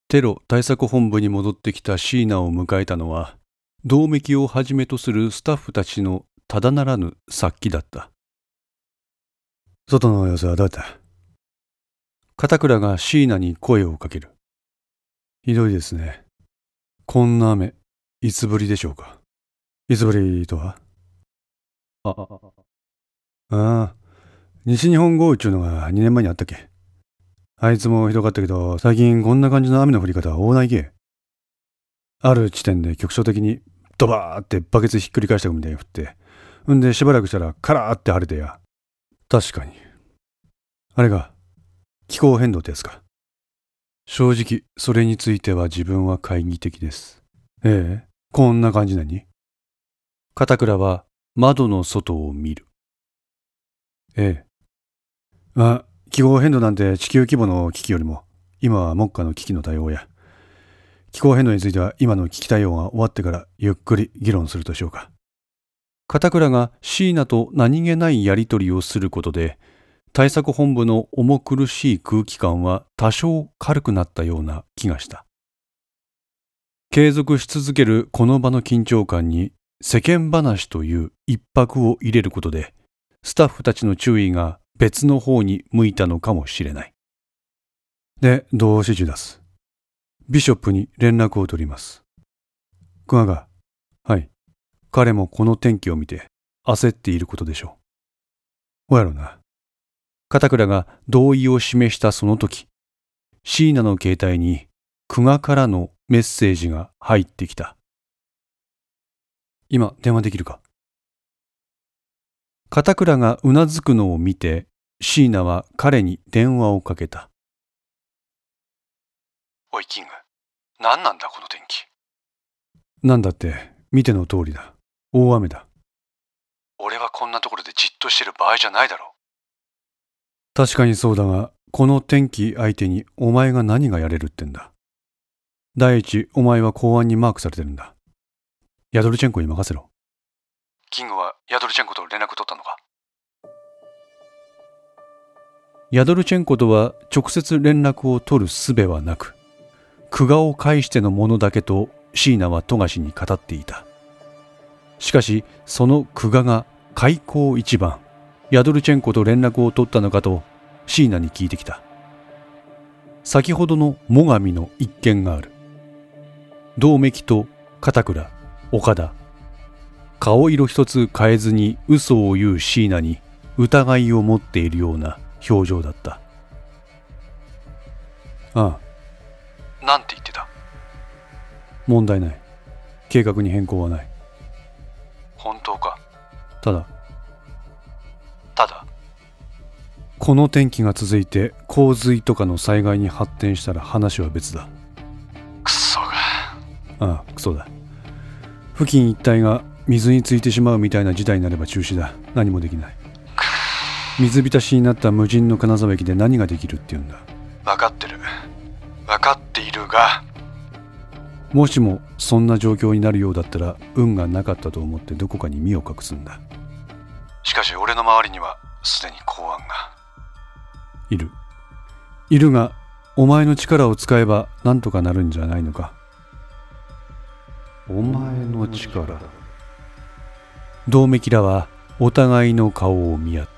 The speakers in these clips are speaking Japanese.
テロ対策本部に戻ってきた椎名を迎えたのは、銅メキをはじめとするスタッフたちのただならぬ殺気だった。外の様子はどうだった？片倉が椎名に声をかける。ひどいですね。こんな雨、いつぶりでしょうか？いつぶりとは？西日本豪雨っちゅうのが2年前にあったっけ？あいつもひどかったけど、最近こんな感じの雨の降り方は多ないけ。ある地点で局所的にドバーってバケツひっくり返したみたいに降って、んでしばらくしたらカラーって晴れてや。確かに。あれが気候変動ってやつか。正直それについては自分は懐疑的です。ええ、こんな感じなに？片倉は窓の外を見る。ええ。気候変動なんて地球規模の危機よりも、今は目下の危機の対応や。気候変動については今の危機対応が終わってからゆっくり議論するとしようか。片倉が椎名と何気ないやりとりをすることで、対策本部の重苦しい空気感は多少軽くなったような気がした。継続し続けるこの場の緊張感に世間話という一拍を入れることで、スタッフたちの注意が別の方に向いたのかもしれない。で、どう指示出す？ビショップに連絡を取ります。クマが、はい。彼もこの天気を見て焦っていることでしょう。ほやろな。片倉が同意を示したその時、椎名の携帯に久我からのメッセージが入ってきた。今電話できるか？片倉がうなずくのを見て、椎名は彼に電話をかけた。おいキング、何なんだこの天気。なんだって見ての通りだ。大雨だ。俺はこんなところでじっとしてる場合じゃないだろう。確かにそうだが、この天気相手にお前が何がやれるってんだ。第一、お前は公安にマークされてるんだ。ヤドルチェンコに任せろ。キングはヤドルチェンコと連絡取ったのか？ヤドルチェンコとは直接連絡を取る術はなく、久我を介してのものだけと椎名は富樫に語っていた。しかしその久我が開口一番ヤドルチェンコと連絡を取ったのかと椎名に聞いてきた。先ほどの最上の一件がある。銅メキと片倉、岡田、顔色一つ変えずに嘘を言う椎名に疑いを持っているような表情だった。ああ。なんて言ってた？問題ない。計画に変更はない。本当か？ただこの天気が続いて洪水とかの災害に発展したら話は別だ。クソが。ああ、クソだ。付近一帯が水についてしまうみたいな事態になれば中止だ。何もできない。水浸しになった無人の金沢駅で何ができるっていうんだ。分かってるが、もしもそんな状況になるようだったら運がなかったと思ってどこかに身を隠すんだ。しかし俺の周りにはすでに公安がいるが、お前の力を使えばなんとかなるんじゃないのか？お前の力。銅メキらはお互いの顔を見合った。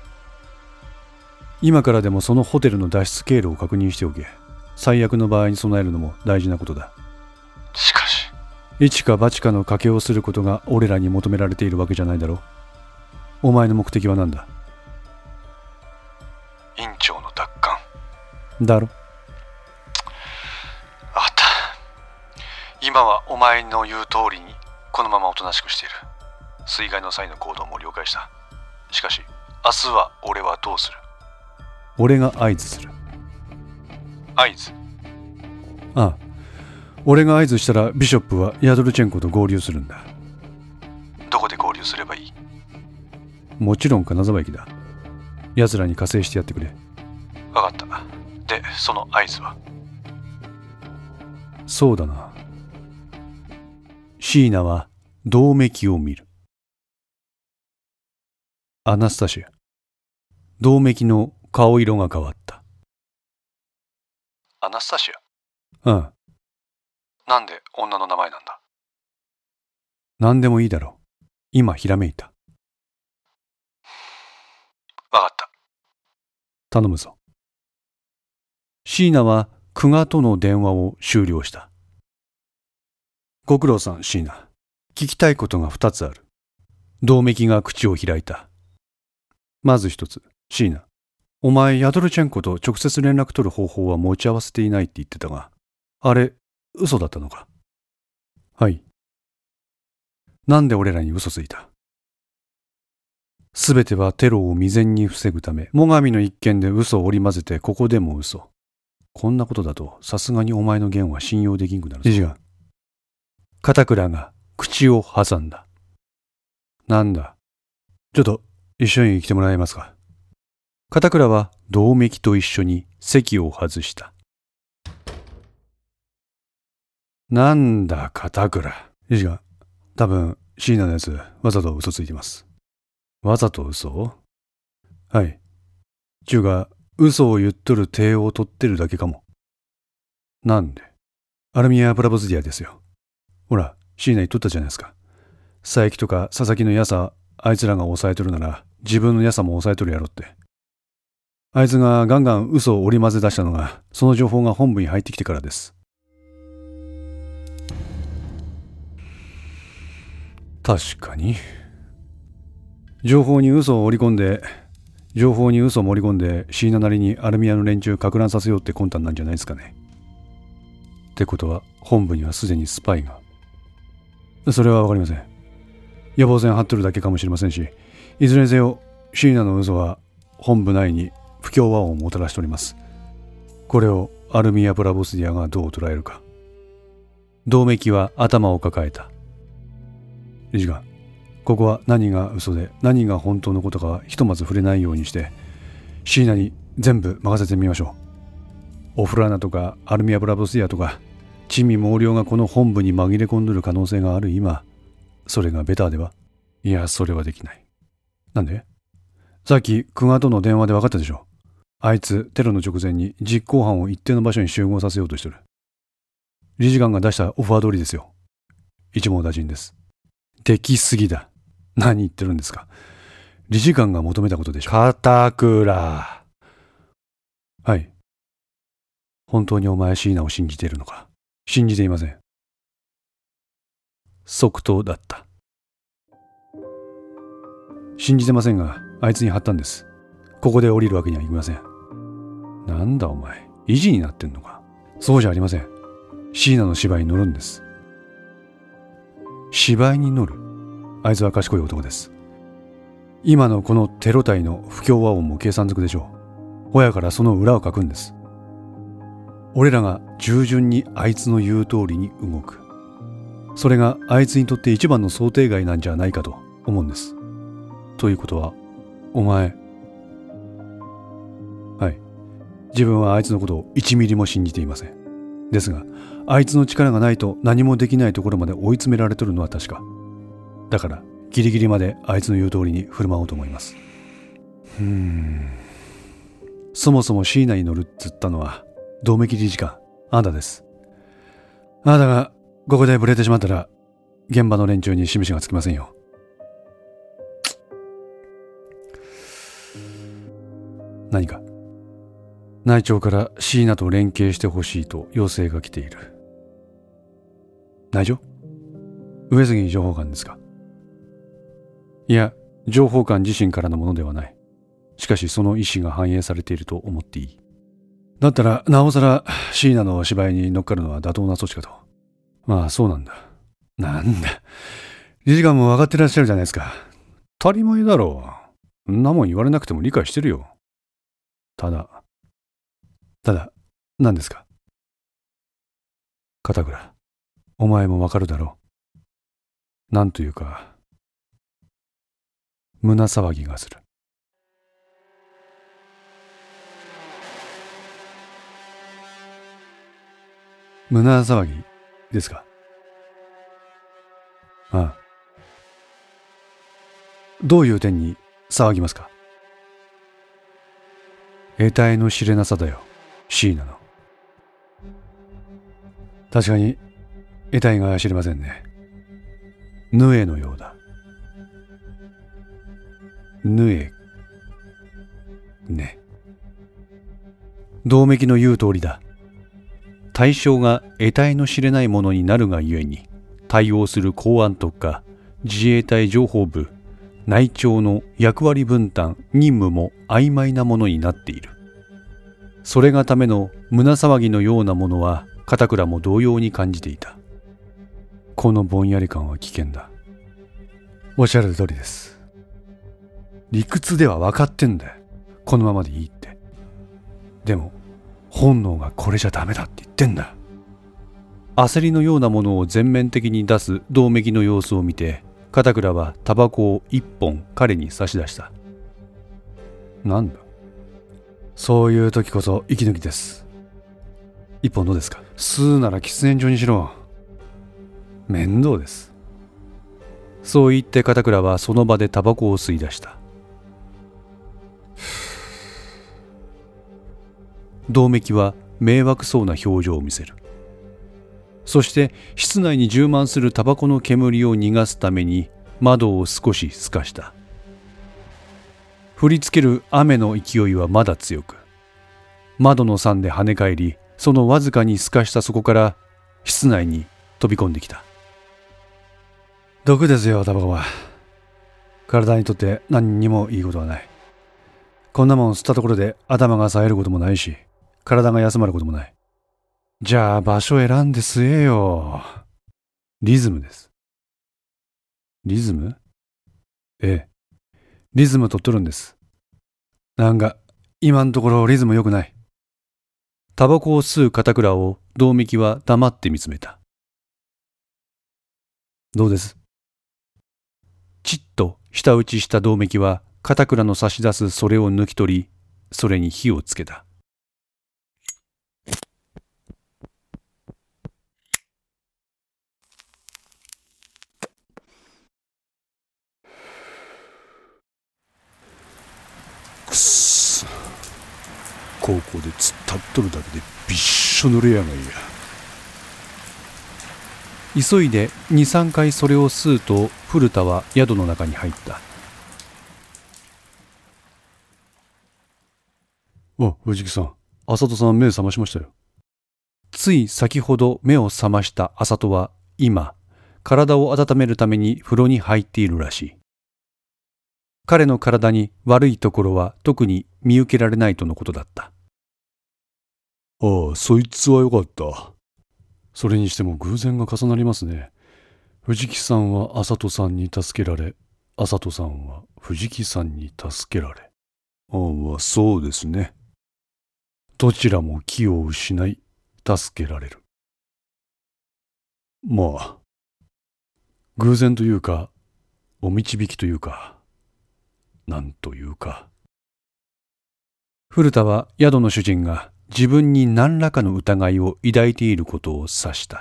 今からでもそのホテルの脱出経路を確認しておけ。最悪の場合に備えるのも大事なことだ。しかし一か八かの賭けをすることが俺らに求められているわけじゃないだろう。お前の目的は何だ？院長の奪還だろ。あった。今はお前の言う通りにこのままおとなしくしている。水害の際の行動も了解した。しかし明日は俺はどうする？俺が合図する。合図？ああ。俺が合図したらビショップはヤドルチェンコと合流するんだ。どこで合流すればいい？もちろん金沢駅だ。奴らに加勢してやってくれ。分かった。で、その合図は？そうだな。椎名は銅メキを見る。アナスタシア。銅メキの顔色が変わった。アナスタシア？ うん。なんで女の名前なんだ？なんでもいいだろう。今ひらめいた。わかった。頼むぞ。椎名は久我との電話を終了した。ご苦労さん、椎名。聞きたいことが2つある。百目鬼が口を開いた。まず一つ、椎名。お前、ヤドルチェンコと直接連絡取る方法は持ち合わせていないって言ってたが、あれ、嘘だったのか？はい。なんで俺らに嘘ついた？すべてはテロを未然に防ぐため、最上の一件で嘘を織り交ぜて、ここでも嘘。こんなことだと、さすがにお前の言は信用できんくなるぞ。理事官。片倉が口を挟んだ。なんだ。ちょっと、一緒に来てもらえますか。片倉は百目鬼と一緒に席を外した。なんだ片倉。理事官、多分椎名のやつわざと嘘ついてます。わざと嘘？はい。ちゅうが嘘を言っとる体を取ってるだけかも。なんで？アルミア・プラボスディアですよ。ほら、椎名言っとったじゃないですか。佐伯とか佐々木のやさ、あいつらが抑えとるなら自分のやさも抑えとるやろって。あいつがガンガン嘘を織り交ぜ出したのが、その情報が本部に入ってきてからです。確かに。情報に嘘を盛り込んで、椎名なりにアルミアの連中か乱させようって魂胆なんじゃないですかね。ってことは、本部にはすでにスパイが。それはわかりません。予防線張っとるだけかもしれませんし、いずれにせよ、椎名の嘘は本部内に不協和音をもたらしております。これをアルミア・プラボスディアがどう捉えるか。百目鬼は頭を抱えた。理事官、ここは何が嘘で何が本当のことかはひとまず触れないようにして、椎名に全部任せてみましょう。オフラーナとかアルミア・ブラボスディアとか、珍味猛量がこの本部に紛れ込んでる可能性がある今、それがベターでは？いや、それはできない。なんで？さっき久我との電話で分かったでしょ。あいつテロの直前に実行犯を一定の場所に集合させようとしてる。理事官が出したオファー通りですよ。一網打尽です。できすぎだ。何言ってるんですか。理事官が求めたことでしょ。片倉。はい。本当にお前椎名を信じているのか。信じていません。即答だった。信じてませんが、あいつに貼ったんです。ここで降りるわけにはいきません。なんだお前、意地になってんのか。そうじゃありません。椎名の芝居に乗るんです。芝居に乗る？あいつは賢い男です。今のこのテロ隊の不協和音も計算づくでしょう。ほやからその裏をかくんです。俺らが従順にあいつの言う通りに動く。それがあいつにとって一番の想定外なんじゃないかと思うんです。ということは、お前。はい。自分はあいつのことを1ミリも信じていません。ですが、あいつの力がないと何もできないところまで追い詰められとるのは確か。だから、ギリギリまであいつの言う通りに振る舞おうと思います。そもそも椎名に乗るっつったのは、百目鬼理事官、あなたです。あなたがここでブレてしまったら、現場の連中に示しがつきませんよ。何か？内調から椎名と連携してほしいと要請が来ている。内調？上杉情報官ですか？いや、情報官自身からのものではない。しかしその意思が反映されていると思っていい。だったらなおさら椎名の芝居に乗っかるのは妥当な措置かと。まあそうなんだ。なんだ。理事官も分かってらっしゃるじゃないですか。当たり前だろう。そんなもん言われなくても理解してるよ。ただ、何ですか？片倉、お前も分かるだろう。なんというか、胸騒ぎがする。胸騒ぎですか？ああ。どういう点に騒ぎますか？得体の知れなさだよ、椎名の。 確かに得体が知れませんね。ヌエのようだ。ヌエね。銅맥の言う通りだ。対象が得体の知れないものになるがゆえに、対応する公安特化、自衛隊情報部、内調の役割分担、任務も曖昧なものになっている。それがための胸騒ぎのようなものは片倉も同様に感じていた。このぼんやり感は危険だ。おっしゃる通りです。理屈では分かってんだよ。このままでいいって。でも本能がこれじゃダメだって言ってんだ。焦りのようなものを全面的に出す銅맥の様子を見て、片倉はタバコを一本彼に差し出した。なんだ。そういう時こそ息抜きです。一本どうですか。吸うなら喫煙所にしろ。面倒です。そう言って片倉はその場でタバコを吸い出した。銅맥は迷惑そうな表情を見せる。そして室内に充満するタバコの煙を逃がすために窓を少し透かした。降りつける雨の勢いはまだ強く、窓の桟で跳ね返り、そのわずかに透かした底から室内に飛び込んできた。毒ですよ、タバコは。体にとって何にもいいことはない。こんなもん吸ったところで頭が冴えることもないし、体が休まることもない。じゃあ場所選んで吸えよ。リズムです。リズム？ええ。リズム取っとるんです。なんか今のところリズム良くない。タバコを吸う片倉を銅맥は黙って見つめた。どうです？ちっと舌打ちした銅맥は片倉の差し出すそれを抜き取り、それに火をつけた。くっそ、高校で突っ立っとるだけでびっしょ濡れやがいや。急いで 2,3 回それを吸うと古田は宿の中に入った。あ、藤木さん、浅戸さん目覚ましましたよ。つい先ほど目を覚ました浅戸は今、体を温めるために風呂に入っているらしい。彼の体に悪いところは特に見受けられないとのことだった。ああ、そいつはよかった。それにしても偶然が重なりますね。藤木さんは浅戸さんに助けられ、浅戸さんは藤木さんに助けられ。ああ、そうですね。どちらも気を失い、助けられる。まあ、偶然というか、お導きというか、なんというか。古田は宿の主人が自分に何らかの疑いを抱いていることを察した。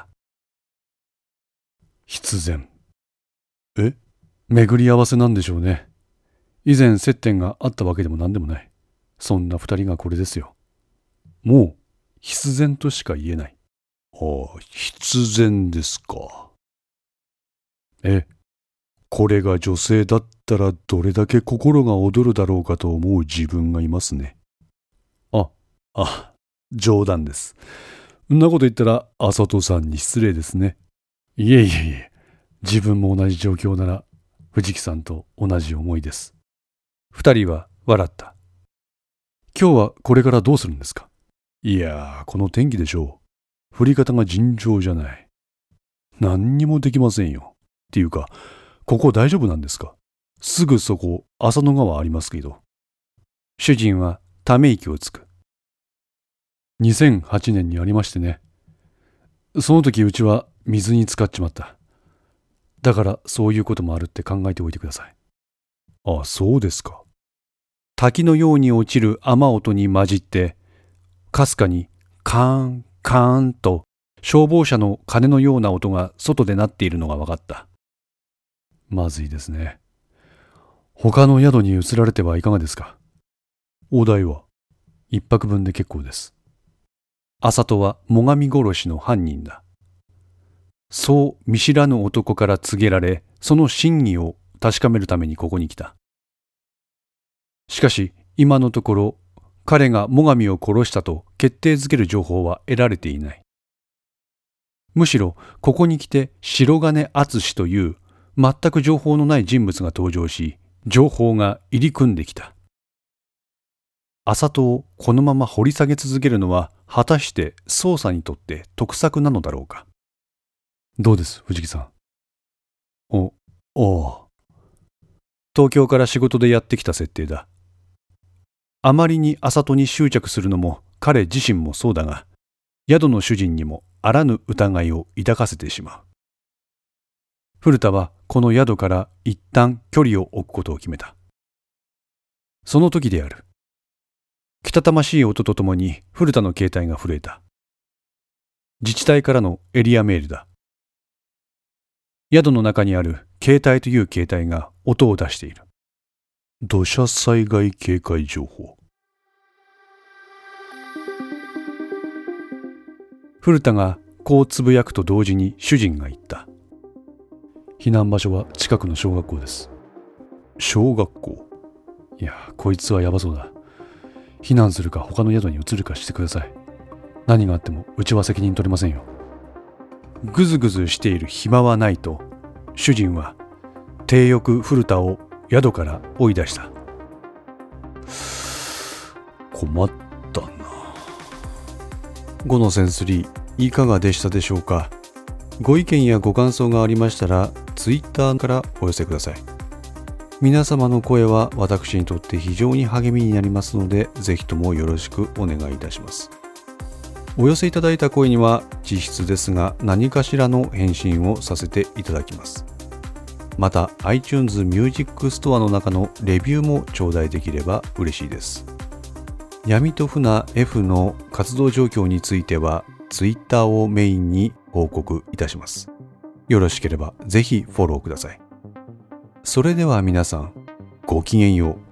必然。巡り合わせなんでしょうね。以前接点があったわけでも何でもない。そんな二人がこれですよ。もう必然としか言えない。ああ、必然ですか。これが女性だったらどれだけ心が躍るだろうかと思う自分がいますね。冗談です。そんなこと言ったら浅戸さんに失礼ですね。いえいえいえ、自分も同じ状況なら藤木さんと同じ思いです。二人は笑った。今日はこれからどうするんですか。いやー、この天気でしょう。降り方が尋常じゃない。何にもできませんよ。っていうか、ここ大丈夫なんですか。すぐそこ浅野川ありますけど。主人はため息をつく。2008年にありましてね。その時うちは水に浸かっちまった。だからそういうこともあるって考えておいてください。あ、そうですか。滝のように落ちる雨音に混じってかすかにカーンカーンと消防車の鐘のような音が外で鳴っているのが分かった。まずいですね。他の宿に移られてはいかがですか。お代は一泊分で結構です。浅戸は最上殺しの犯人だ。 そう見知らぬ男から告げられ、その真偽を確かめるためにここに来た。しかし今のところ彼が最上を殺したと決定づける情報は得られていない。むしろここに来て白金敦という全く情報のない人物が登場し、情報が入り組んできた。麻戸をこのまま掘り下げ続けるのは果たして捜査にとって得策なのだろうか。どうです藤木さん。おう。東京から仕事でやってきた設定だ。あまりに麻戸に執着するのも彼自身もそうだが、宿の主人にもあらぬ疑いを抱かせてしまう。古田はこの宿から一旦距離を置くことを決めた。その時である。けたたましい音とともに古田の携帯が震えた。自治体からのエリアメールだ。宿の中にある携帯という携帯が音を出している。土砂災害警戒情報。古田がこうつぶやくと同時に主人が言った。避難場所は近くの小学校です。小学校。いや、こいつはやばそうだ。避難するか他の宿に移るかしてください。何があってもうちは責任取れませんよ。ぐずぐずしている暇はないと、主人は体よく古田を宿から追い出した。困ったな。5のセンス3いかがでしたでしょうか。ご意見やご感想がありましたら Twitter からお寄せください。皆様の声は私にとって非常に励みになりますので、ぜひともよろしくお願いいたします。お寄せいただいた声には実質ですが何かしらの返信をさせていただきます。また iTunes Music Store の中のレビューも頂戴できれば嬉しいです。闇と船 F の活動状況については Twitter をメインに報告いたします。よろしければぜひフォローください。それでは皆さん、ごきげんよう。